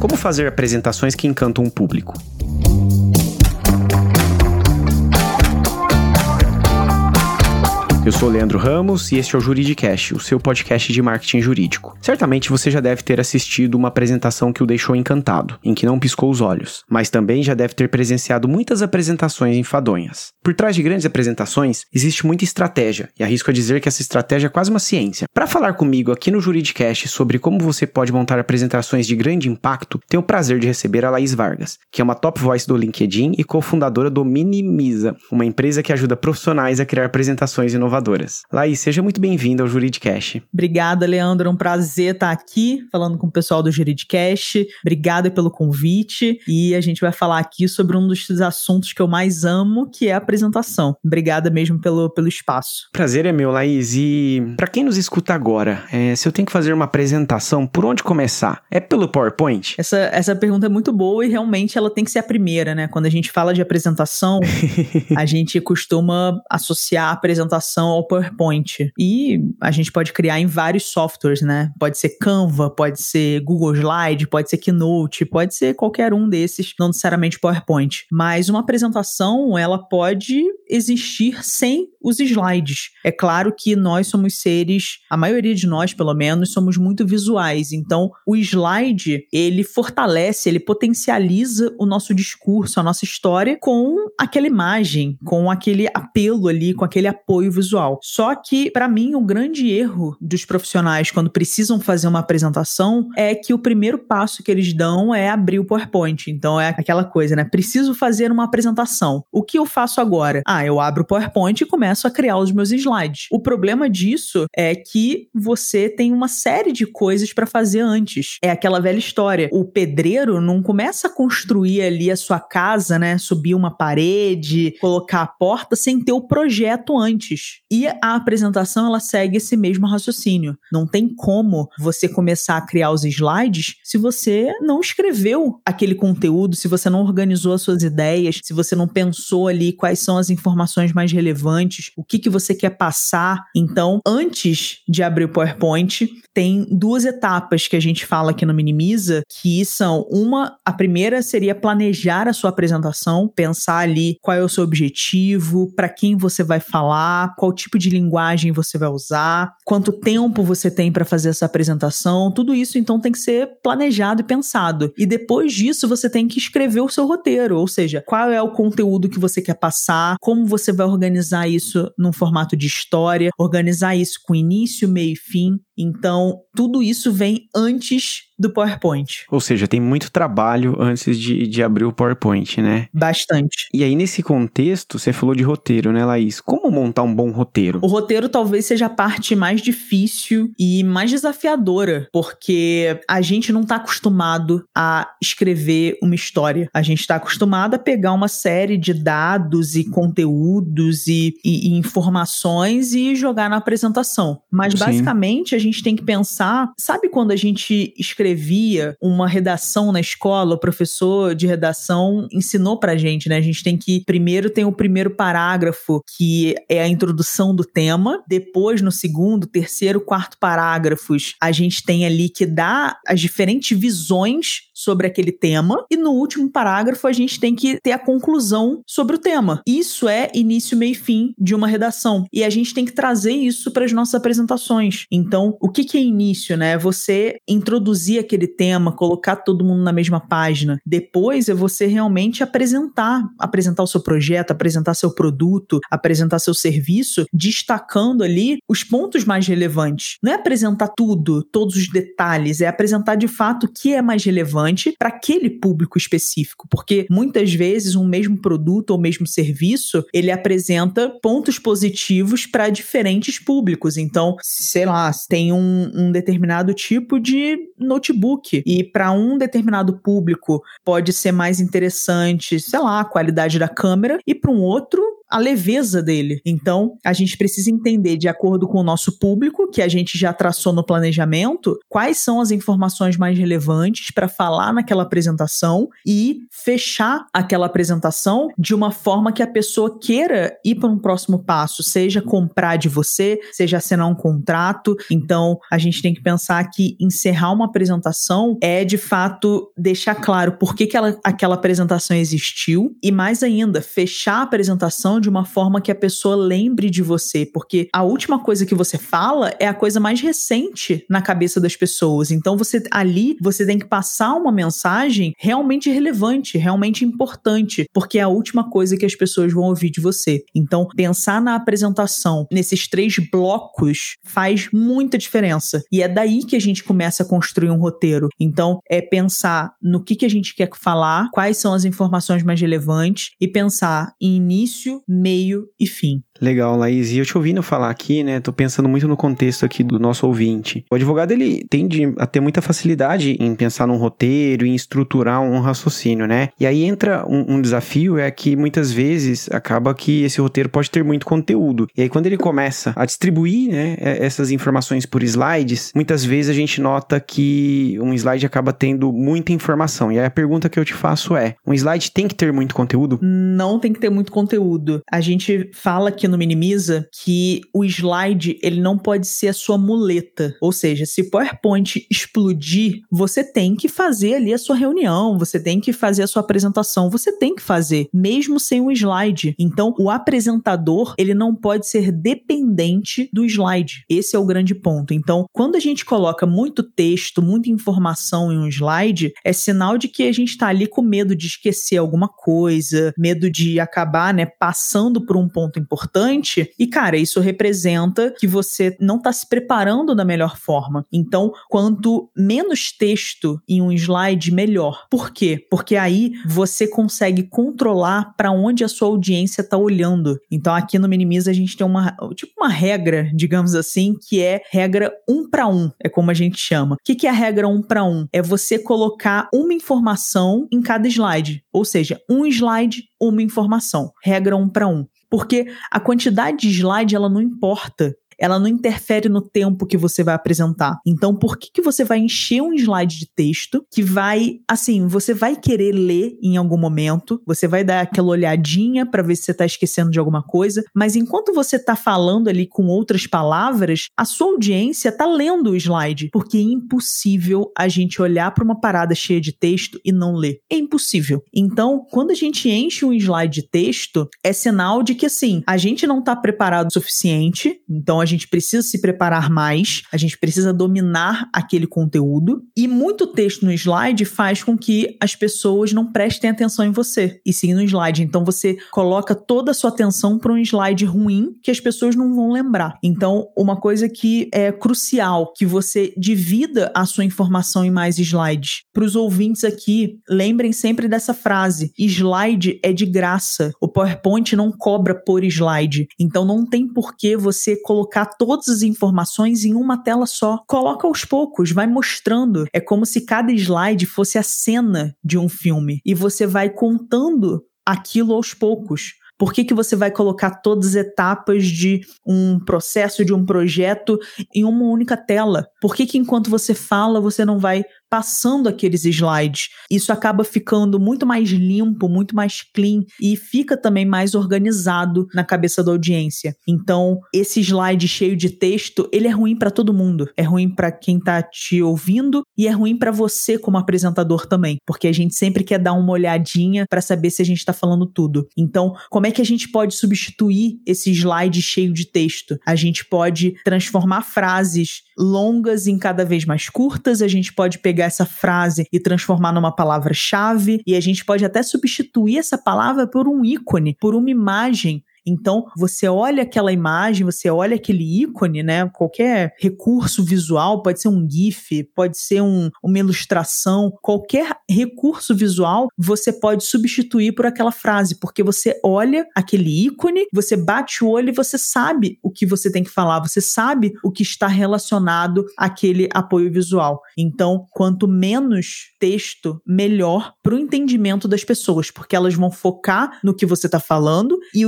Como fazer apresentações que encantam um público? Eu sou o Leandro Ramos e este é o Juridicast, o seu podcast de marketing jurídico. Certamente você já deve ter assistido uma apresentação que o deixou encantado, em que não piscou os olhos, mas também já deve ter presenciado muitas apresentações enfadonhas. Por trás de grandes apresentações, existe muita estratégia, e arrisco a dizer que essa estratégia é quase uma ciência. Para falar comigo aqui no Juridicast sobre como você pode montar apresentações de grande impacto, tenho o prazer de receber a Laís Vargas, que é uma top voice do LinkedIn e cofundadora do Minimiza, uma empresa que ajuda profissionais a criar apresentações inovadoras. Laís, seja muito bem-vinda ao Juridicast. Obrigada, Leandro. É um prazer estar aqui falando com o pessoal do Juridicast. Obrigada pelo convite. E a gente vai falar aqui sobre um dos assuntos que eu mais amo, que é a apresentação. Obrigada mesmo pelo espaço. Prazer é meu, Laís. E para quem nos escuta agora, se eu tenho que fazer uma apresentação, por onde começar? É pelo PowerPoint? Essa pergunta é muito boa e realmente ela tem que ser a primeira, né? Quando a gente fala de apresentação, a gente costuma associar a apresentação ao PowerPoint. E a gente pode criar em vários softwares, né? Pode ser Canva, pode ser Google Slide, pode ser Keynote, pode ser qualquer um desses, não necessariamente PowerPoint. Mas uma apresentação, ela pode existir sem os slides. É claro que nós somos seres, a maioria de nós, pelo menos, somos muito visuais. Então, o slide, ele fortalece, ele potencializa o nosso discurso, a nossa história com aquela imagem, com aquele apelo ali, com aquele apoio visual. Só que, para mim, um grande erro dos profissionais quando precisam fazer uma apresentação é que o primeiro passo que eles dão é abrir o PowerPoint. Então, é aquela coisa, né? Preciso fazer uma apresentação. O que eu faço agora? Eu abro o PowerPoint e começo a criar os meus slides. O problema disso é que você tem uma série de coisas para fazer antes. É aquela velha história. O pedreiro não começa a construir ali a sua casa, né? Subir uma parede, colocar a porta sem ter o projeto antes. E a apresentação, ela segue esse mesmo raciocínio. Não tem como você começar a criar os slides se você não escreveu aquele conteúdo, se você não organizou as suas ideias, se você não pensou ali quais são as informações mais relevantes, o que você quer passar. Então, antes de abrir o PowerPoint, tem duas etapas que a gente fala aqui no Minimiza, que são a primeira seria planejar a sua apresentação, pensar ali qual é o seu objetivo, para quem você vai falar, qual tipo de linguagem você vai usar, quanto tempo você tem para fazer essa apresentação, tudo isso então tem que ser planejado e pensado. E depois disso você tem que escrever o seu roteiro, ou seja, qual é o conteúdo que você quer passar, como você vai organizar isso num formato de história, organizar isso com início, meio e fim. Então, tudo isso vem antes do PowerPoint. Ou seja, tem muito trabalho antes de abrir o PowerPoint, né? Bastante. E aí, nesse contexto, você falou de roteiro, né, Laís? Como montar um bom roteiro? O roteiro talvez seja a parte mais difícil e mais desafiadora, porque a gente não está acostumado a escrever uma história. A gente está acostumado a pegar uma série de dados e conteúdos e informações e jogar na apresentação. Mas, basicamente, a gente tem que pensar... Sabe quando a gente escrevia uma redação na escola? O professor de redação ensinou pra gente, né? A gente tem que... Primeiro tem o primeiro parágrafo, que é a introdução do tema. Depois, no segundo, terceiro, quarto parágrafos, a gente tem ali que dá as diferentes visões sobre aquele tema. E no último parágrafo, a gente tem que ter a conclusão sobre o tema. Isso é início, meio e fim de uma redação. E a gente tem que trazer isso para as nossas apresentações. Então, o que é início, né? Você introduzir aquele tema, colocar todo mundo na mesma página. Depois é você realmente apresentar o seu projeto, apresentar seu produto, apresentar seu serviço, destacando ali os pontos mais relevantes. Não é apresentar tudo, todos os detalhes, é apresentar de fato o que é mais relevante para aquele público específico, porque muitas vezes um mesmo produto ou mesmo serviço, ele apresenta pontos positivos para diferentes públicos. Então, sei lá, tem um determinado tipo de notebook e para um determinado público pode ser mais interessante, sei lá, a qualidade da câmera, e para um outro a leveza dele. Então, a gente precisa entender, de acordo com o nosso público, que a gente já traçou no planejamento, quais são as informações mais relevantes para falar naquela apresentação e fechar aquela apresentação de uma forma que a pessoa queira ir para um próximo passo, seja comprar de você, seja assinar um contrato. Então, a gente tem que pensar que encerrar uma apresentação é, de fato, deixar claro por que aquela apresentação existiu e, mais ainda, fechar a apresentação de uma forma que a pessoa lembre de você, porque a última coisa que você fala é a coisa mais recente na cabeça das pessoas. Então, você tem que passar uma mensagem realmente relevante, realmente importante, porque é a última coisa que as pessoas vão ouvir de você. Então, pensar na apresentação nesses 3 blocos faz muita diferença. E é daí que a gente começa a construir um roteiro. Então, é pensar no que a gente quer falar, quais são as informações mais relevantes e pensar em início, meio e fim. Legal, Laís. E eu te ouvindo falar aqui, né, tô pensando muito no contexto aqui do nosso ouvinte. O advogado, ele tende a ter muita facilidade em pensar num roteiro, em estruturar um raciocínio, né? E aí entra um desafio, é que muitas vezes acaba que esse roteiro pode ter muito conteúdo. E aí quando ele começa a distribuir, né, essas informações por slides, muitas vezes a gente nota que um slide acaba tendo muita informação. E aí a pergunta que eu te faço é, um slide tem que ter muito conteúdo? Não tem que ter muito conteúdo. A gente fala aqui no Minimiza que o slide, ele não pode ser a sua muleta. Ou seja, se o PowerPoint explodir, você tem que fazer ali a sua reunião, você tem que fazer a sua apresentação, você tem que fazer, mesmo sem o slide. Então, o apresentador, ele não pode ser dependente do slide. Esse é o grande ponto. Então, quando a gente coloca muito texto, muita informação em um slide, é sinal de que a gente está ali com medo de esquecer alguma coisa, medo de acabar, né, passando por um ponto importante. E, cara, isso representa que você não está se preparando da melhor forma. Então, quanto menos texto em um slide, melhor. Por quê? Porque aí você consegue controlar para onde a sua audiência está olhando. Então, aqui no Minimiza, a gente tem uma regra, digamos assim, que é regra 1 para 1, é como a gente chama. O que é a regra 1 para 1? É você colocar uma informação em cada slide. Ou seja, um slide, uma informação. Regra 1 para 1. Porque a quantidade de slide, ela não importa. Ela não interfere no tempo que você vai apresentar. Então, por que você vai encher um slide de texto que vai, assim, você vai querer ler em algum momento, você vai dar aquela olhadinha para ver se você está esquecendo de alguma coisa, mas enquanto você está falando ali com outras palavras, a sua audiência está lendo o slide, porque é impossível a gente olhar para uma parada cheia de texto e não ler. É impossível. Então, quando a gente enche um slide de texto, é sinal de que, assim, a gente não está preparado o suficiente, então a gente precisa se preparar mais, a gente precisa dominar aquele conteúdo, e muito texto no slide faz com que as pessoas não prestem atenção em você, e sim no slide. Então você coloca toda a sua atenção para um slide ruim que as pessoas não vão lembrar. Então, uma coisa que é crucial, que você divida a sua informação em mais slides. Para os ouvintes aqui, lembrem sempre dessa frase: slide é de graça. O PowerPoint não cobra por slide. Então não tem por que você colocar todas as informações em uma tela só. Coloca aos poucos, vai mostrando. É como se cada slide fosse a cena de um filme e você vai contando aquilo aos poucos. Por que você vai colocar todas as etapas de um processo, de um projeto em uma única tela? Por que enquanto você fala, você não vai passando aqueles slides? Isso acaba ficando muito mais limpo, muito mais clean e fica também mais organizado na cabeça da audiência. Então, esse slide cheio de texto, ele é ruim para todo mundo. É ruim para quem tá te ouvindo e é ruim para você como apresentador também, porque a gente sempre quer dar uma olhadinha para saber se a gente tá falando tudo. Então, como é que a gente pode substituir esse slide cheio de texto? A gente pode transformar frases longas em cada vez mais curtas, a gente pode pegar essa frase e transformar numa palavra-chave, e a gente pode até substituir essa palavra por um ícone, por uma imagem. Então, você olha aquela imagem, você olha aquele ícone, né? Qualquer recurso visual, pode ser um GIF, pode ser uma ilustração, qualquer recurso visual, você pode substituir por aquela frase, porque você olha aquele ícone, você bate o olho e você sabe o que você tem que falar, você sabe o que está relacionado àquele apoio visual. Então, quanto menos texto, melhor para o entendimento das pessoas, porque elas vão focar no que você está falando e o slide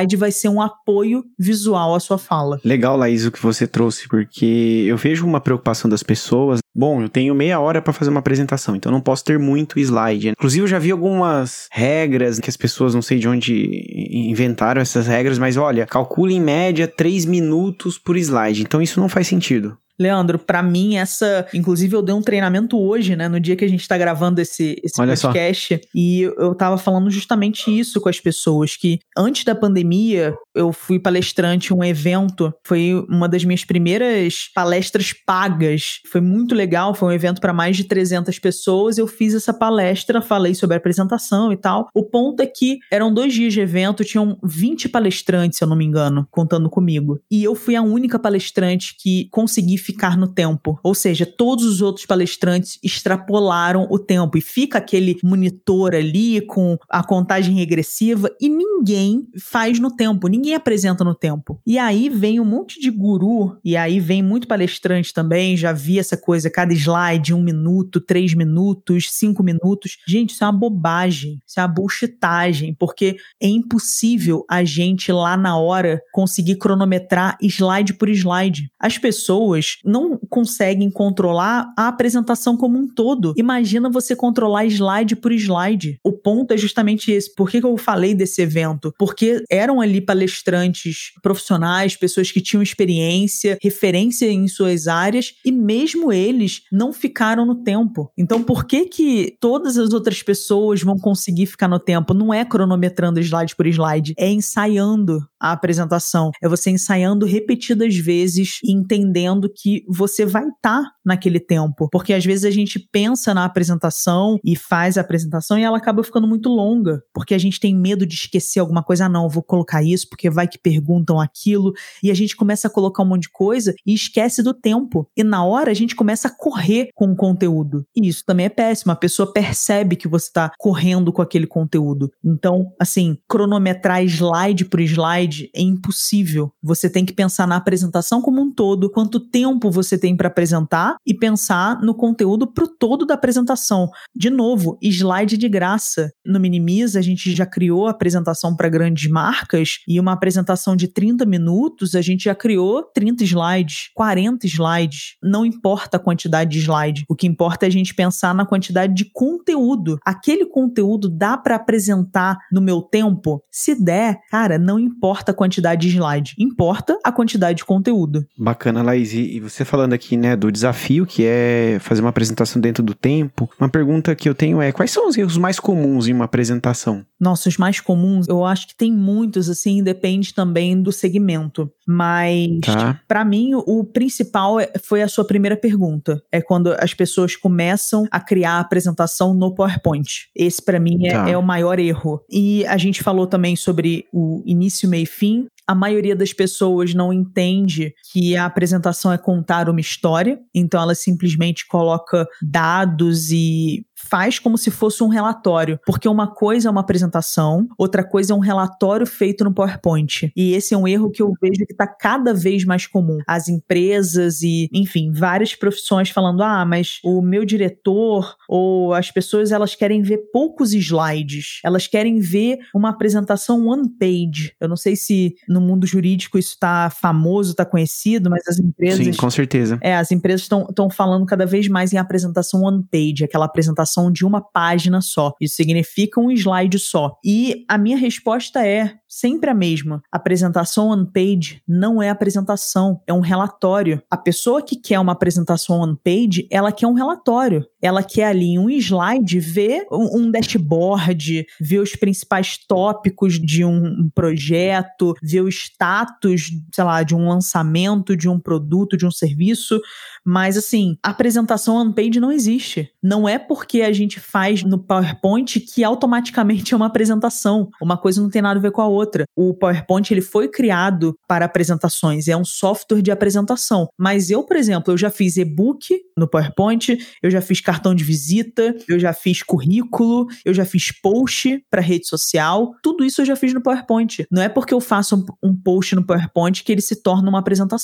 slide vai ser um apoio visual à sua fala. Legal, Laís, o que você trouxe, porque eu vejo uma preocupação das pessoas. Bom, eu tenho meia hora para fazer uma apresentação, então não posso ter muito slide. Inclusive, eu já vi algumas regras que as pessoas, não sei de onde inventaram essas regras, mas olha, calcule em média 3 minutos por slide. Então isso não faz sentido. Leandro, pra mim inclusive eu dei um treinamento hoje, né, no dia que a gente tá gravando esse podcast, e eu tava falando justamente isso com as pessoas, que antes da pandemia, eu fui palestrante em um evento, foi uma das minhas primeiras palestras pagas, foi muito legal, foi um evento para mais de 300 pessoas, eu fiz essa palestra, falei sobre a apresentação e tal, o ponto é que eram 2 dias de evento, tinham 20 palestrantes, se eu não me engano, contando comigo, e eu fui a única palestrante que consegui ficar no tempo. Ou seja, todos os outros palestrantes extrapolaram o tempo e fica aquele monitor ali com a contagem regressiva e ninguém faz no tempo, ninguém apresenta no tempo. E aí vem um monte de guru e aí vem muito palestrante também, já vi essa coisa, cada slide 1 minuto, 3 minutos, 5 minutos. Gente, isso é uma bobagem, isso é uma bullshitagem, porque é impossível a gente lá na hora conseguir cronometrar slide por slide. As pessoas não conseguem controlar a apresentação como um todo. Imagina você controlar slide por slide. O ponto é justamente esse. Por que eu falei desse evento? Porque eram ali palestrantes profissionais, pessoas que tinham experiência, referência em suas áreas, e mesmo eles não ficaram no tempo. Então, por que todas as outras pessoas vão conseguir ficar no tempo? Não é cronometrando slide por slide, é ensaiando a apresentação. É você ensaiando repetidas vezes e entendendo que você vai estar naquele tempo. Porque às vezes a gente pensa na apresentação e faz a apresentação e ela acaba ficando muito longa. Porque a gente tem medo de esquecer alguma coisa. Ah, não, eu vou colocar isso porque vai que perguntam aquilo. E a gente começa a colocar um monte de coisa e esquece do tempo. E na hora a gente começa a correr com o conteúdo. E isso também é péssimo. A pessoa percebe que você está correndo com aquele conteúdo. Então, assim, cronometrar slide por slide é impossível. Você tem que pensar na apresentação como um todo, quanto tempo você tem para apresentar e pensar no conteúdo pro todo da apresentação. De novo, slide de graça. No Minimiza, a gente já criou a apresentação para grandes marcas e uma apresentação de 30 minutos, a gente já criou 30 slides, 40 slides. Não importa a quantidade de slide. O que importa é a gente pensar na quantidade de conteúdo. Aquele conteúdo dá para apresentar no meu tempo? Se der, cara, não importa a quantidade de slide. Importa a quantidade de conteúdo. Bacana, Laís. E você falando aqui, né, do desafio que é fazer uma apresentação dentro do tempo, uma pergunta que eu tenho é, quais são os erros mais comuns em uma apresentação? Nossa, os mais comuns, eu acho que tem muitos, assim, depende também do segmento. Mas, pra mim, o principal foi a sua primeira pergunta. É quando as pessoas começam a criar a apresentação no PowerPoint. Esse, pra mim, é o maior erro. E a gente falou também sobre o início, meio e fim. A maioria das pessoas não entende que a apresentação é contar uma história, então ela simplesmente coloca dados e faz como se fosse um relatório, porque uma coisa é uma apresentação, outra coisa é um relatório feito no PowerPoint, e esse é um erro que eu vejo que está cada vez mais comum. As empresas e, enfim, várias profissões falando, mas o meu diretor ou as pessoas, elas querem ver poucos slides, elas querem ver uma apresentação one page. Eu não sei se no mundo jurídico isso está famoso, está conhecido, mas as empresas... Sim, com certeza. As empresas estão falando cada vez mais em apresentação one page, aquela apresentação de uma página só. Isso significa um slide só. E a minha resposta é sempre a mesma. Apresentação one page não é apresentação, é um relatório. A pessoa que quer uma apresentação one page, ela quer um relatório. Ela quer ali em um slide ver um dashboard, ver os principais tópicos de um projeto, ver o status, sei lá, de um lançamento, de um produto, de um serviço. Mas, assim, a apresentação one page não existe. Não é porque a gente faz no PowerPoint que automaticamente é uma apresentação. Uma coisa não tem nada a ver com a outra. O PowerPoint, ele foi criado para apresentações. É um software de apresentação. Mas eu, por exemplo, eu já fiz e-book no PowerPoint, eu já fiz cartão de visita, eu já fiz currículo, eu já fiz post para rede social. Tudo isso eu já fiz no PowerPoint. Não é porque eu faço um post no PowerPoint que ele se torna uma apresentação.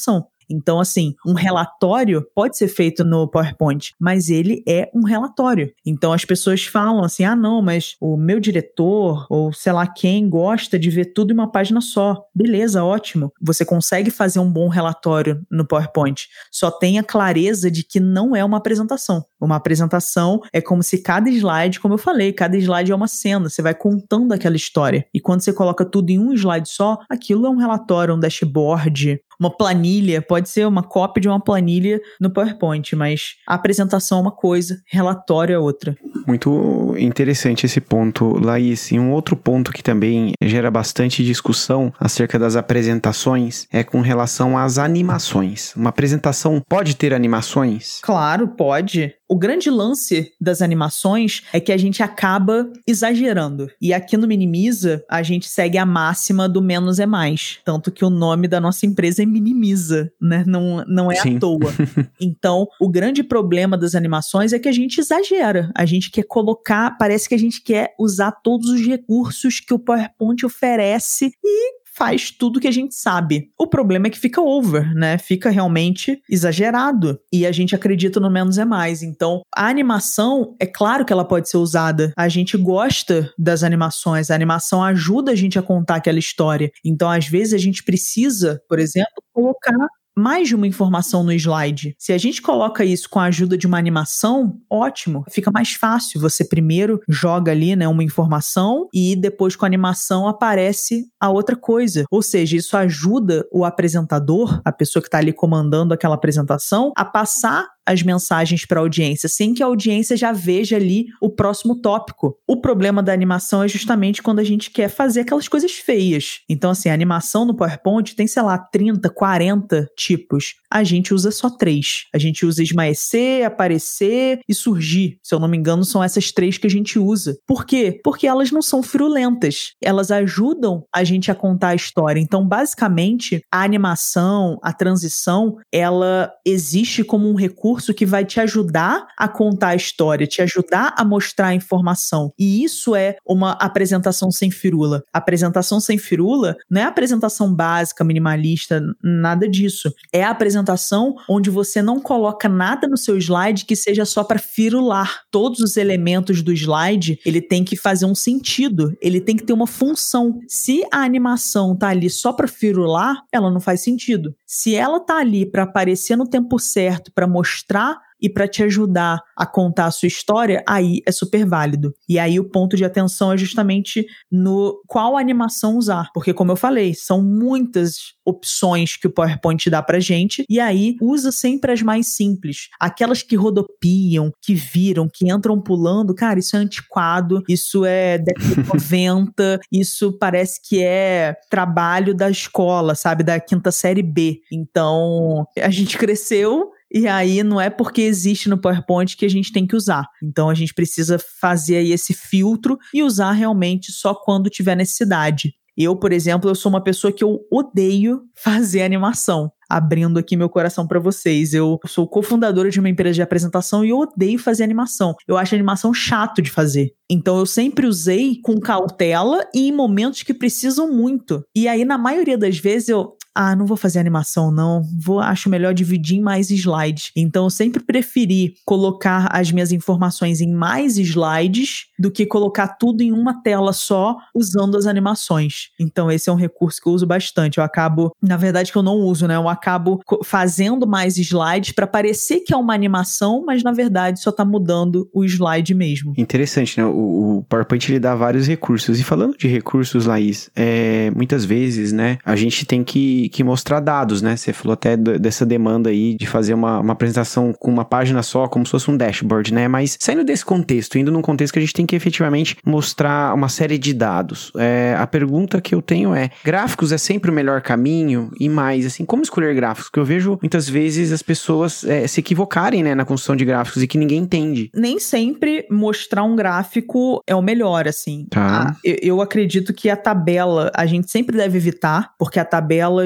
Então, assim, um relatório pode ser feito no PowerPoint, mas ele é um relatório. Então, as pessoas falam assim, não, mas o meu diretor, ou sei lá quem, gosta de ver tudo em uma página só. Beleza, ótimo. Você consegue fazer um bom relatório no PowerPoint. Só tenha clareza de que não é uma apresentação. Uma apresentação é como se cada slide, como eu falei, cada slide é uma cena. Você vai contando aquela história. E quando você coloca tudo em um slide só, aquilo é um relatório, um dashboard, uma planilha, pode ser uma cópia de uma planilha no PowerPoint, mas a apresentação é uma coisa, relatório é outra. Muito interessante esse ponto, Laís. E um outro ponto que também gera bastante discussão acerca das apresentações é com relação às animações. Uma apresentação pode ter animações? Claro, pode. O grande lance das animações é que a gente acaba exagerando. E aqui no Minimiza, a gente segue a máxima do menos é mais. Tanto que o nome da nossa empresa é Minimiza, né? Não é à toa. Então, o grande problema das animações é que a gente exagera. A gente quer colocar, parece que a gente quer usar todos os recursos que o PowerPoint oferece e faz tudo que a gente sabe. O problema é que fica over, né? Fica realmente exagerado. E a gente acredita no menos é mais. Então, a animação, é claro que ela pode ser usada. A gente gosta das animações. A animação ajuda a gente a contar aquela história. Então, às vezes, a gente precisa, por exemplo, colocar mais de uma informação no slide. Se a gente coloca isso com a ajuda de uma animação, ótimo, fica mais fácil. Você primeiro joga ali, né, uma informação e depois com a animação aparece a outra coisa. Ou seja, isso ajuda o apresentador, a pessoa que está ali comandando aquela apresentação, a passar as mensagens para a audiência, sem que a audiência já veja ali o próximo tópico. O problema da animação é justamente quando a gente quer fazer aquelas coisas feias. Então, assim, a animação no PowerPoint tem, sei lá, 30, 40 tipos. A gente usa só 3. A gente usa esmaecer, aparecer e surgir. Se eu não me engano, são essas 3 que a gente usa. Por quê? Porque elas não são firulentas. Elas ajudam a gente a contar a história. Então, basicamente, a animação, a transição, ela existe como um recurso que vai te ajudar a contar a história, te ajudar a mostrar a informação. E isso é uma apresentação sem firula. A apresentação sem firula não é a apresentação básica, minimalista, nada disso. É a apresentação onde você não coloca nada no seu slide que seja só para firular. Todos os elementos do slide, ele tem que fazer um sentido, ele tem que ter uma função. Se a animação tá ali só para firular, ela não faz sentido. Se ela tá ali para aparecer no tempo certo, para mostrar e para te ajudar a contar a sua história, aí é super válido. E aí o ponto de atenção é justamente no qual animação usar. Porque, como eu falei, são muitas opções que o PowerPoint dá pra gente, e aí usa sempre as mais simples. Aquelas que rodopiam, que viram, que entram pulando, cara, isso é antiquado, isso é década de 90, isso parece que é trabalho da escola, sabe, da 5ª série B. Então, a gente cresceu. E aí não é porque existe no PowerPoint que a gente tem que usar. Então a gente precisa fazer aí esse filtro e usar realmente só quando tiver necessidade. Eu, por exemplo, eu sou uma pessoa que eu odeio fazer animação. Abrindo aqui meu coração pra vocês. Eu sou cofundadora de uma empresa de apresentação e eu odeio fazer animação. Eu acho a animação chato de fazer. Então eu sempre usei com cautela e em momentos que precisam muito. E aí, na maioria das vezes, não vou fazer animação não, acho melhor dividir em mais slides. Então eu sempre preferi colocar as minhas informações em mais slides do que colocar tudo em uma tela só usando as animações. Então esse é um recurso que eu uso bastante. Eu acabo, na verdade que eu não uso, né? Eu acabo fazendo mais slides para parecer que é uma animação, mas na verdade só tá mudando o slide mesmo. Interessante, né? O PowerPoint ele dá vários recursos. E falando de recursos, Laís, muitas vezes, né, a gente tem que mostrar dados, né? Você falou até dessa demanda aí de fazer uma apresentação com uma página só, como se fosse um dashboard, né? Mas saindo desse contexto, indo num contexto que a gente tem que efetivamente mostrar uma série de dados. A pergunta que eu tenho é, gráficos é sempre o melhor caminho? E mais, assim, como escolher gráficos? Porque eu vejo muitas vezes as pessoas se equivocarem, né, na construção de gráficos e que ninguém entende. Nem sempre mostrar um gráfico é o melhor, assim. Tá. Eu acredito que a tabela a gente sempre deve evitar, porque a tabela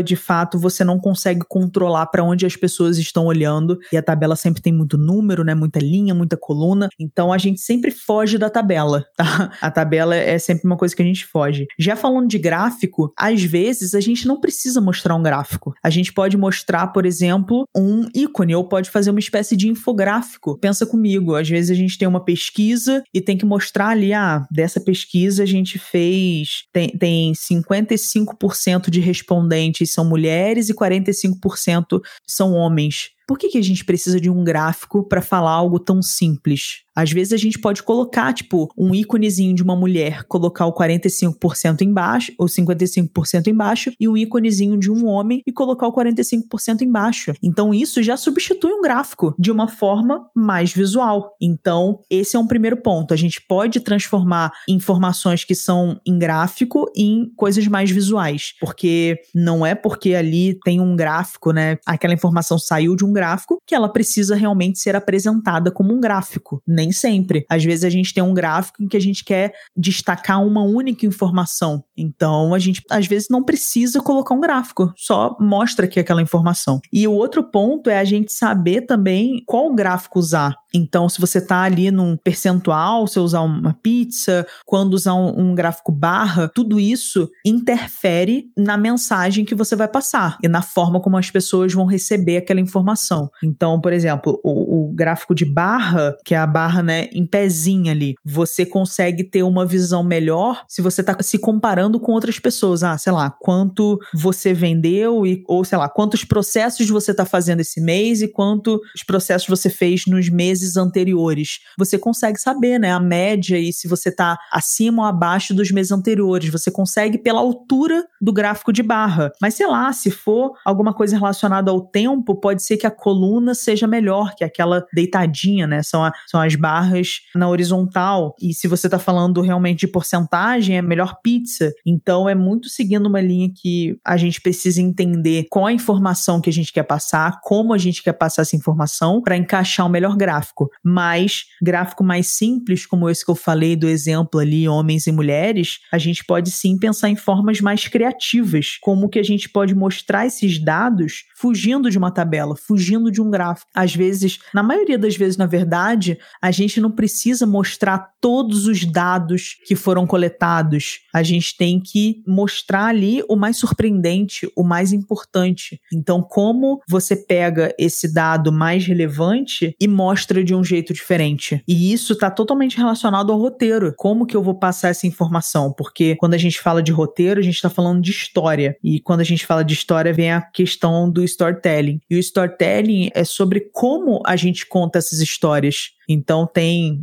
de fato, você não consegue controlar para onde as pessoas estão olhando, e a tabela sempre tem muito número, né? Muita linha, muita coluna, então a gente sempre foge da tabela, tá? A tabela é sempre uma coisa que a gente foge. Já falando de gráfico, às vezes a gente não precisa mostrar um gráfico. A gente pode mostrar, por exemplo, um ícone, ou pode fazer uma espécie de infográfico. Pensa comigo, às vezes a gente tem uma pesquisa e tem que mostrar ali, dessa pesquisa a gente fez, tem 55% de respondentes são mulheres e 45% são homens. Por que a gente precisa de um gráfico para falar algo tão simples? Às vezes a gente pode colocar, um íconezinho de uma mulher, colocar o 45% embaixo, ou 55% embaixo, e um íconezinho de um homem e colocar o 45% embaixo. Então isso já substitui um gráfico de uma forma mais visual. Então esse é um primeiro ponto. A gente pode transformar informações que são em gráfico em coisas mais visuais, porque não é porque ali tem um gráfico, né? Aquela informação saiu de um gráfico que ela precisa realmente ser apresentada como um gráfico. Nem sempre. Às vezes a gente tem um gráfico em que a gente quer destacar uma única informação. Então a gente às vezes não precisa colocar um gráfico, só mostra aqui aquela informação. E o outro ponto é a gente saber também qual gráfico usar. Então, se você está ali num percentual, se usar uma pizza, quando usar um gráfico barra, tudo isso interfere na mensagem que você vai passar e na forma como as pessoas vão receber aquela informação. Então, por exemplo, o gráfico de barra, que é a barra, né, em pezinho ali, você consegue ter uma visão melhor se você está se comparando com outras pessoas. Sei lá, quanto você vendeu ou, sei lá, quantos processos você está fazendo esse mês e quantos processos você fez nos meses anteriores. Você consegue saber, né, a média e se você está acima ou abaixo dos meses anteriores. Você consegue pela altura do gráfico de barra. Mas sei lá, se for alguma coisa relacionada ao tempo, pode ser que a coluna seja melhor que aquela deitadinha, né? São as barras na horizontal. E se você está falando realmente de porcentagem, é melhor pizza. Então é muito seguindo uma linha que a gente precisa entender qual a informação que a gente quer passar, como a gente quer passar essa informação para encaixar o melhor gráfico. Mas gráfico mais simples, como esse que eu falei do exemplo ali, homens e mulheres, a gente pode sim pensar em formas mais criativas, como que a gente pode mostrar esses dados fugindo de uma tabela, fugindo de um gráfico. Às vezes, na maioria das vezes, na verdade, a gente não precisa mostrar todos os dados que foram coletados. A gente tem que mostrar ali o mais surpreendente, o mais importante. Então, como você pega esse dado mais relevante e mostra de um jeito diferente? E isso está totalmente relacionado ao roteiro. Como que eu vou passar essa informação? Porque quando a gente fala de roteiro, a gente está falando de história. E quando a gente fala de história, vem a questão do storytelling. E o storytelling é sobre como a gente conta essas histórias. Então tem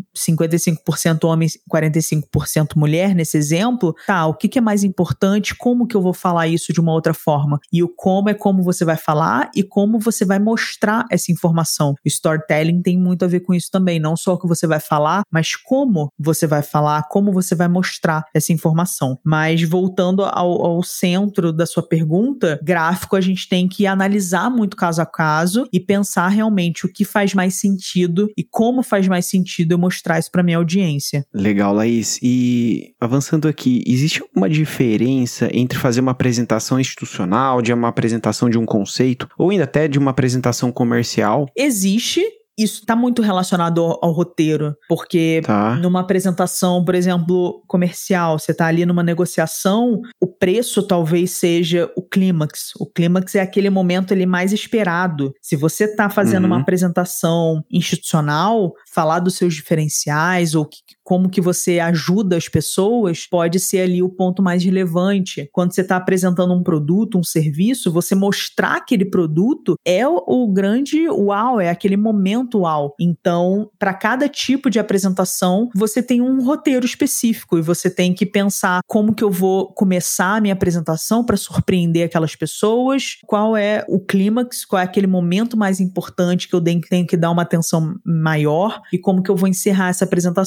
55% homens e 45% mulher nesse exemplo. O que é mais importante? Como que eu vou falar isso de uma outra forma? E o como é como você vai falar e como você vai mostrar essa informação. O storytelling tem muito a ver com isso também. Não só o que você vai falar, mas como você vai falar, como você vai mostrar essa informação. Mas voltando ao centro da sua pergunta, gráfico a gente tem que analisar muito caso a caso e pensar realmente o que faz mais sentido e como faz mais sentido eu mostrar isso para minha audiência. Legal, Laís. E avançando aqui, existe alguma diferença entre fazer uma apresentação institucional, de uma apresentação de um conceito, ou ainda até de uma apresentação comercial? Existe. Isso está muito relacionado ao roteiro, porque numa apresentação, por exemplo, comercial, você está ali numa negociação, o preço talvez seja o clímax. O clímax é aquele momento ali mais esperado. Se você está fazendo uma apresentação institucional, falar dos seus diferenciais ou como que você ajuda as pessoas, pode ser ali o ponto mais relevante. Quando você está apresentando um produto, um serviço, você mostrar aquele produto é o grande uau, é aquele momento uau. Então, para cada tipo de apresentação, você tem um roteiro específico e você tem que pensar como que eu vou começar a minha apresentação para surpreender aquelas pessoas, qual é o clímax, qual é aquele momento mais importante que eu tenho que dar uma atenção maior e como que eu vou encerrar essa apresentação.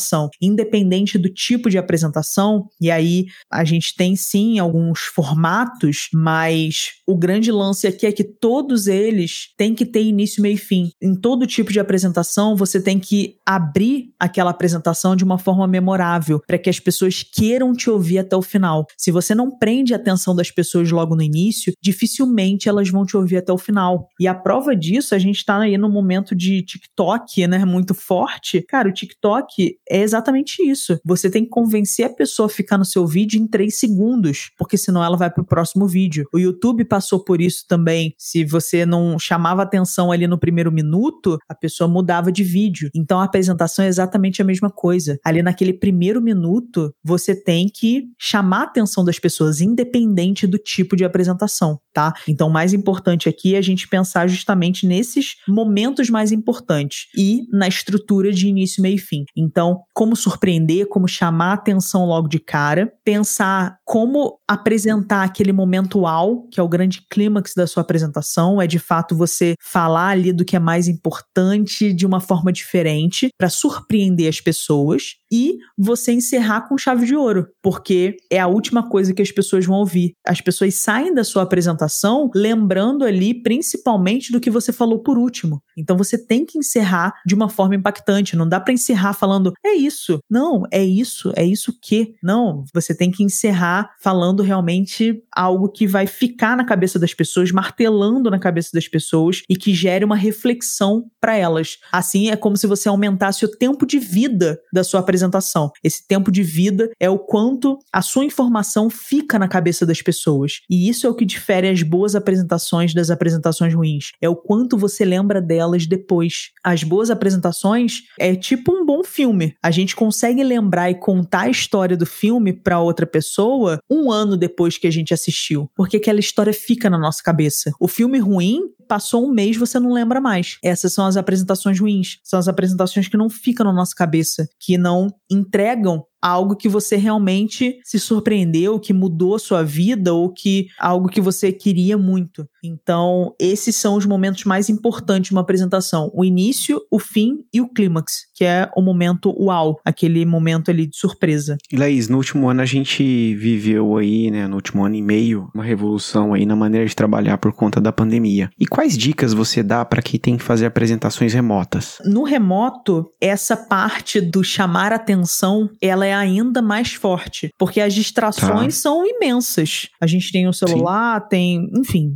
independente do tipo de apresentação, e aí a gente tem sim alguns formatos, mas o grande lance aqui é que todos eles têm que ter início, meio e fim. Em todo tipo de apresentação, você tem que abrir aquela apresentação de uma forma memorável, para que as pessoas queiram te ouvir até o final. Se você não prende a atenção das pessoas logo no início, dificilmente elas vão te ouvir até o final. E a prova disso, a gente tá aí no momento de TikTok, né, muito forte. Cara, o TikTok é exatamente isso. Você tem que convencer a pessoa a ficar no seu vídeo em 3 segundos, porque senão ela vai pro próximo vídeo. O YouTube passou por isso também. Se você não chamava atenção ali no primeiro minuto, a pessoa mudava de vídeo. Então a apresentação é exatamente a mesma coisa. Ali naquele primeiro minuto, você tem que chamar a atenção das pessoas, independente do tipo de apresentação, tá? Então o mais importante aqui é a gente pensar justamente nesses momentos mais importantes e na estrutura de início, meio e fim. Então, como surpreender, como chamar a atenção logo de cara, pensar como apresentar aquele momento uau, que é o grande clímax da sua apresentação, é de fato você falar ali do que é mais importante de uma forma diferente para surpreender as pessoas e você encerrar com chave de ouro, porque é a última coisa que as pessoas vão ouvir. As pessoas saem da sua apresentação lembrando ali principalmente do que você falou por último. Então você tem que encerrar de uma forma impactante, não dá para encerrar falando é isso, não, é isso que? Não, você tem que encerrar falando realmente algo que vai ficar na cabeça das pessoas, martelando na cabeça das pessoas e que gere uma reflexão para elas. Assim é como se você aumentasse o tempo de vida da sua apresentação. Esse tempo de vida é o quanto a sua informação fica na cabeça das pessoas. E isso é o que difere as boas apresentações das apresentações ruins. É o quanto você lembra delas depois. As boas apresentações é tipo um bom filme. A gente consegue lembrar e contar a história do filme para outra pessoa 1 ano depois que a gente assistiu. Porque aquela história fica na nossa cabeça. O filme ruim, passou 1 mês, você não lembra mais. Essas são as apresentações ruins. São as apresentações que não ficam na nossa cabeça, que não entregam algo que você realmente se surpreendeu, que mudou a sua vida ou que algo que você queria muito. Então, esses são os momentos mais importantes de uma apresentação. O início, o fim e o clímax, que é o momento uau, aquele momento ali de surpresa. E Laís, no último ano a gente viveu aí, né, no último ano e meio, uma revolução aí na maneira de trabalhar por conta da pandemia. E quais dicas você dá para quem tem que fazer apresentações remotas? No remoto, essa parte do chamar atenção, ela é ainda mais forte, porque as distrações são imensas. A gente tem o celular, enfim,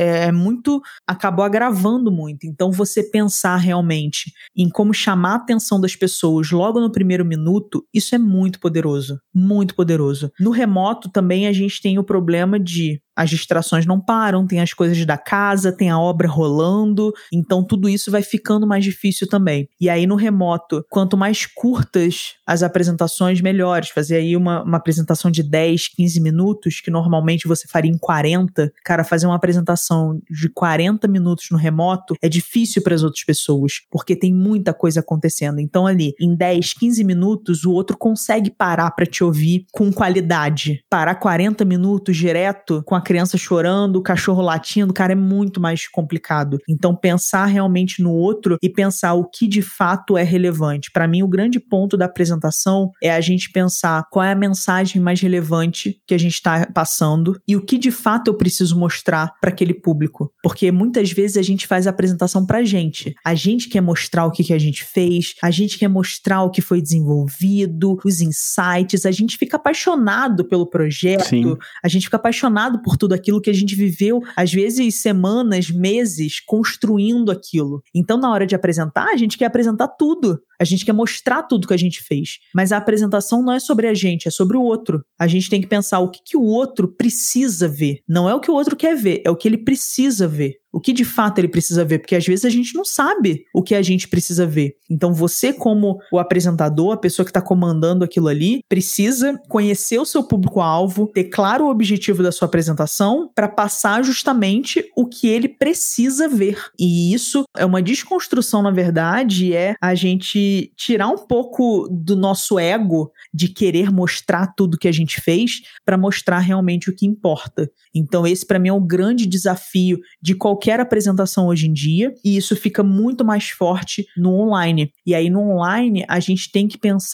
muito, acabou agravando muito. Então você pensar realmente em como chamar a atenção das pessoas logo no primeiro minuto, isso é muito poderoso, muito poderoso. No remoto também a gente tem o problema de as distrações não param, tem as coisas da casa, tem a obra rolando, então tudo isso vai ficando mais difícil também. E aí no remoto, quanto mais curtas as apresentações, melhores. Fazer aí uma apresentação de 10, 15 minutos, que normalmente você faria em 40. Cara, fazer uma apresentação de 40 minutos no remoto é difícil para as outras pessoas, porque tem muita coisa acontecendo. Então ali, em 10, 15 minutos, o outro consegue parar para te ouvir com qualidade. Parar 40 minutos direto com a criança chorando, o cachorro latindo, cara, é muito mais complicado. Então, pensar realmente no outro e pensar o que de fato é relevante. Para mim, o grande ponto da apresentação é a gente pensar qual é a mensagem mais relevante que a gente está passando e o que de fato eu preciso mostrar para aquele público. Porque muitas vezes a gente faz a apresentação pra gente. A gente quer mostrar o que a gente fez, a gente quer mostrar o que foi desenvolvido, os insights, a gente fica apaixonado pelo projeto, Sim. A gente fica apaixonado por tudo aquilo que a gente viveu, às vezes semanas, meses, construindo aquilo. Então, na hora de apresentar, a gente quer apresentar tudo. A gente quer mostrar tudo que a gente fez. Mas a apresentação não é sobre a gente, é sobre o outro. A gente tem que pensar o que o outro precisa ver. Não é o que o outro quer ver, é o que ele precisa ver. O que de fato ele precisa ver, porque às vezes a gente não sabe o que a gente precisa ver. Então você, como o apresentador, a pessoa que está comandando aquilo ali, precisa conhecer o seu público-alvo, ter claro o objetivo da sua apresentação para passar justamente o que ele precisa ver. E isso é uma desconstrução, na verdade, é a gente tirar um pouco do nosso ego de querer mostrar tudo que a gente fez para mostrar realmente o que importa. Então esse para mim é o grande desafio de qualquer apresentação hoje em dia, e isso fica muito mais forte no online. E aí no online a gente tem que pensar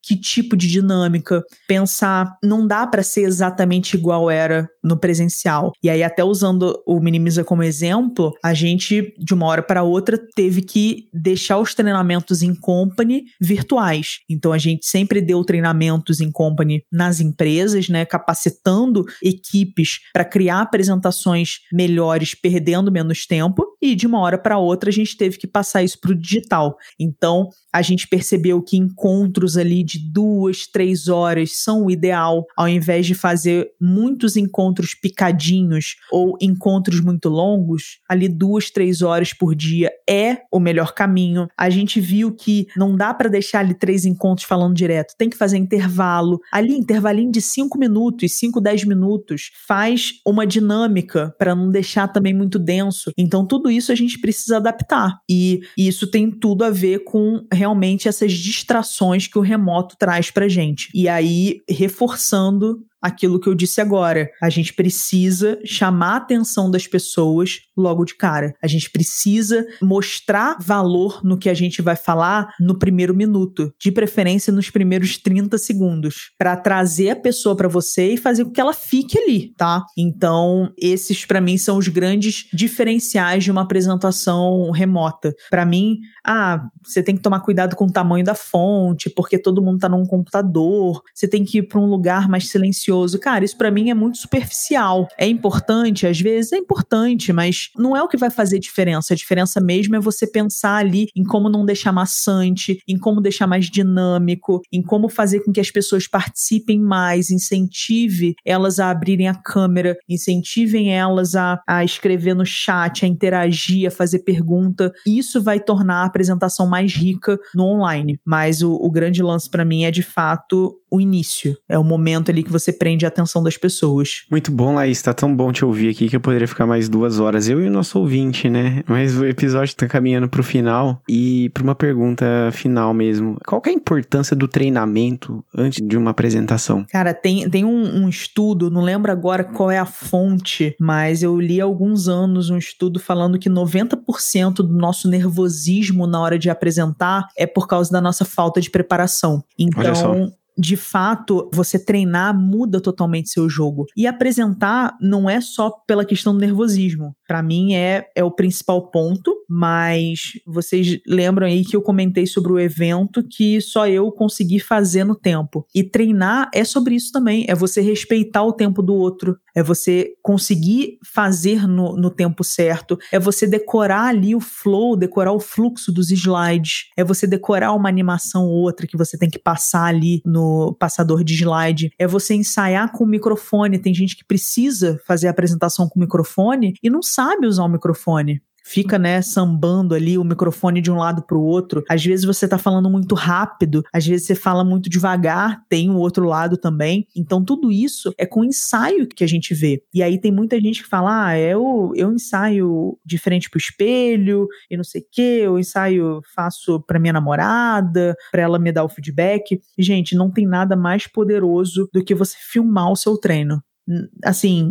que tipo de dinâmica, pensar, não dá para ser exatamente igual era no presencial. E aí, até usando o Minimiza como exemplo, a gente, de uma hora para outra, teve que deixar os treinamentos em company virtuais. Então, a gente sempre deu treinamentos em company nas empresas, né, capacitando equipes para criar apresentações melhores, perdendo menos tempo, e de uma hora para outra a gente teve que passar isso para o digital. Então, a gente percebeu que encontros ali de 2, 3 horas são o ideal, ao invés de fazer muitos encontros picadinhos ou encontros muito longos, ali 2, 3 horas por dia é o melhor caminho. A gente viu que não dá para deixar ali 3 encontros falando direto, tem que fazer intervalo. Ali, intervalinho de 5 minutos, 5, 10 minutos, faz uma dinâmica para não deixar também muito denso. Então, tudo isso a gente precisa adaptar. E isso tem tudo a ver com realmente essas distrações que o remoto traz pra gente. E aí, reforçando aquilo que eu disse agora, a gente precisa chamar a atenção das pessoas logo de cara. A gente precisa mostrar valor no que a gente vai falar no primeiro minuto, de preferência nos primeiros 30 segundos, para trazer a pessoa para você e fazer com que ela fique ali, tá? Então, esses para mim são os grandes diferenciais de uma apresentação remota. Para mim, você tem que tomar cuidado com o tamanho da fonte, porque todo mundo tá num computador, você tem que ir para um lugar mais silencioso. Cara, isso pra mim é muito superficial. É importante, às vezes é importante, mas não é o que vai fazer diferença. A diferença mesmo é você pensar ali em como não deixar maçante, em como deixar mais dinâmico, em como fazer com que as pessoas participem mais, incentive elas a abrirem a câmera, incentivem elas a escrever no chat, a interagir, a fazer pergunta. Isso vai tornar a apresentação mais rica no online. Mas o grande lance pra mim é, de fato, o início. É o momento ali que você prende a atenção das pessoas. Muito bom, Laís. Tá tão bom te ouvir aqui que eu poderia ficar mais 2 horas. Eu e o nosso ouvinte, né? Mas o episódio tá caminhando pro final. E pra uma pergunta final mesmo. Qual que é a importância do treinamento antes de uma apresentação? Cara, tem um estudo, não lembro agora qual é a fonte, mas eu li há alguns anos um estudo falando que 90% do nosso nervosismo na hora de apresentar é por causa da nossa falta de preparação. Então, de fato, você treinar muda totalmente seu jogo. E apresentar não é só pela questão do nervosismo. Pra mim é o principal ponto, mas vocês lembram aí que eu comentei sobre o evento que só eu consegui fazer no tempo. E treinar é sobre isso também, é você respeitar o tempo do outro, é você conseguir fazer no tempo certo, é você decorar ali o flow, decorar o fluxo dos slides, é você decorar uma animação ou outra que você tem que passar ali no passador de slide, é você ensaiar com o microfone. Tem gente que precisa fazer a apresentação com o microfone e não sabe usar o microfone. Fica, né, sambando ali o microfone de um lado pro outro. Às vezes você tá falando muito rápido, às vezes você fala muito devagar, tem o outro lado também. Então tudo isso é com ensaio que a gente vê. E aí tem muita gente que fala, eu ensaio de frente pro espelho e não sei o quê, eu ensaio, faço pra minha namorada, pra ela me dar o feedback. Gente, não tem nada mais poderoso do que você filmar o seu treino. Assim,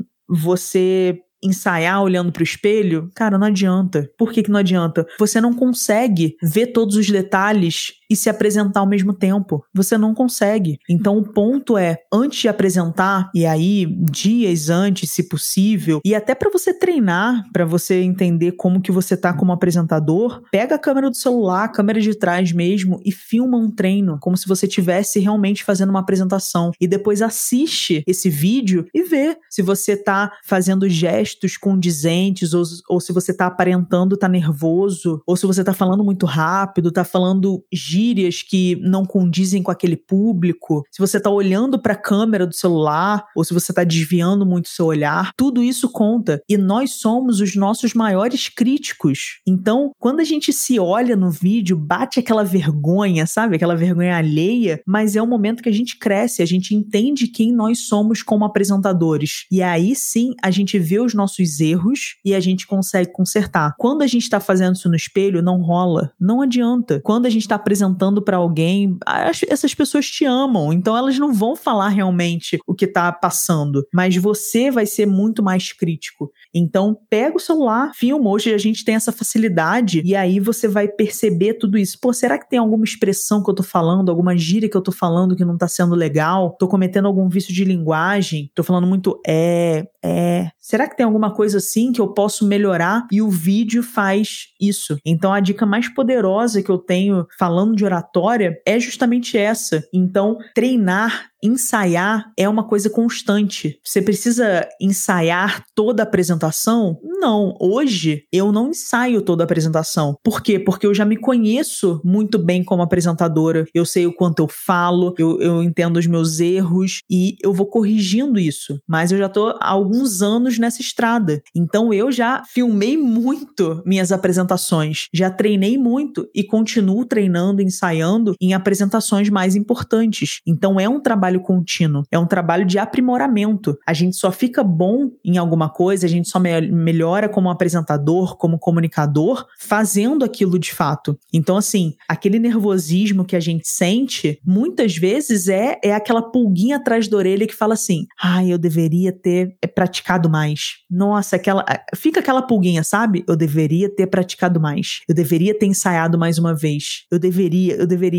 você ensaiar olhando pro espelho, cara, não adianta. Por que não adianta? Você não consegue ver todos os detalhes e se apresentar ao mesmo tempo. Você não consegue. Então o ponto é, antes de apresentar, e aí dias antes, se possível, e até para você treinar, para você entender como que você tá como apresentador, pega a câmera do celular, a câmera de trás mesmo, e filma um treino, como se você estivesse realmente fazendo uma apresentação. E depois assiste esse vídeo e vê se você tá fazendo gestos condizentes, ou se você tá aparentando tá nervoso, ou se você tá falando muito rápido, tá falando gírias que não condizem com aquele público, se você tá olhando para a câmera do celular, ou se você tá desviando muito o seu olhar, tudo isso conta. E nós somos os nossos maiores críticos. Então, quando a gente se olha no vídeo, bate aquela vergonha, sabe? Aquela vergonha alheia, mas é o momento que a gente cresce, a gente entende quem nós somos como apresentadores. E aí sim, a gente vê os nossos nossos erros e a gente consegue consertar. Quando a gente está fazendo isso no espelho, não rola, não adianta. Quando a gente está apresentando para alguém, essas pessoas te amam, então elas não vão falar realmente o que tá passando, mas você vai ser muito mais crítico. Então, pega o celular, filma. Hoje a gente tem essa facilidade e aí você vai perceber tudo isso. Pô, será que tem alguma expressão que eu tô falando, alguma gíria que eu tô falando que não tá sendo legal? Tô cometendo algum vício de linguagem? Tô falando muito Será que tem alguma coisa assim que eu posso melhorar? E o vídeo faz isso. Então, a dica mais poderosa que eu tenho falando de oratória é justamente essa. Então, treinar, ensaiar é uma coisa constante. Você precisa ensaiar toda a apresentação? Não. Hoje, eu não ensaio toda a apresentação. Por quê? Porque eu já me conheço muito bem como apresentadora. Eu sei o quanto eu falo, eu entendo os meus erros e eu vou corrigindo isso. Mas eu já tô há alguns anos nessa estrada. Então, eu já filmei muito minhas apresentações. Já treinei muito e continuo treinando, ensaiando em apresentações mais importantes. Então, é um trabalho contínuo, é um trabalho de aprimoramento. A gente só fica bom em alguma coisa, a gente só melhora como apresentador, como comunicador, fazendo aquilo de fato. Então, assim, aquele nervosismo que a gente sente, muitas vezes é aquela pulguinha atrás da orelha que fala assim, eu deveria ter praticado mais. Nossa, fica aquela pulguinha, sabe? Eu deveria ter praticado mais. Eu deveria ter ensaiado mais uma vez. Eu deveria.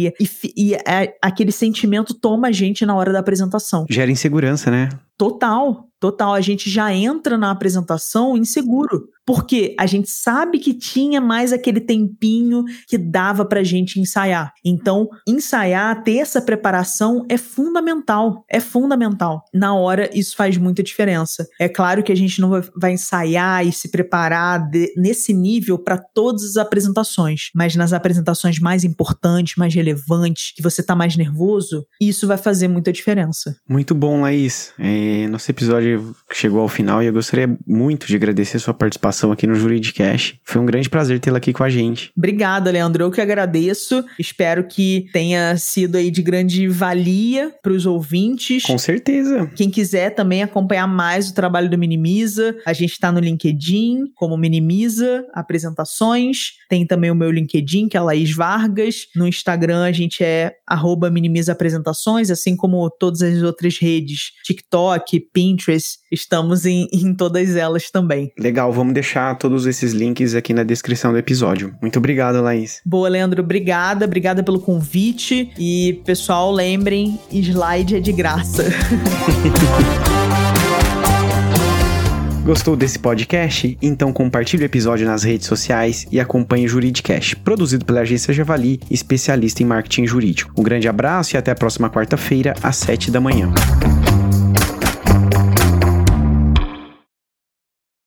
E aquele sentimento toma a gente na hora da apresentação. Gera insegurança, né? Total. A gente já entra na apresentação inseguro. Porque a gente sabe que tinha mais aquele tempinho que dava pra gente ensaiar. Então, ensaiar, ter essa preparação é fundamental. É fundamental. Na hora, isso faz muita diferença. É claro que a gente não vai ensaiar e se preparar nesse nível para todas as apresentações. Mas nas apresentações mais importantes, mais relevantes, que você tá mais nervoso, isso vai fazer muita diferença. Muito bom, Laís. Nosso episódio chegou ao final e eu gostaria muito de agradecer a sua participação aqui no Juridicast. Foi um grande prazer tê-la aqui com a gente. Obrigada, Leandro. Eu que agradeço. Espero que tenha sido aí de grande valia para os ouvintes. Com certeza. Quem quiser também acompanhar mais o trabalho do Minimiza, a gente está no LinkedIn como Minimiza Apresentações. Tem também o meu LinkedIn, que é Laís Vargas. No Instagram a gente é @Minimiza Apresentações, assim como todas as outras redes, TikTok, Pinterest, estamos em todas elas também. Legal, vamos deixar todos esses links aqui na descrição do episódio. Muito obrigado, Laís. Boa, Leandro, obrigada pelo convite e, pessoal, lembrem, slide é de graça. Gostou desse podcast? Então compartilhe o episódio nas redes sociais e acompanhe o Juridicast, produzido pela Agência Javali, especialista em marketing jurídico. Um grande abraço e até a próxima quarta-feira, às 7 da manhã.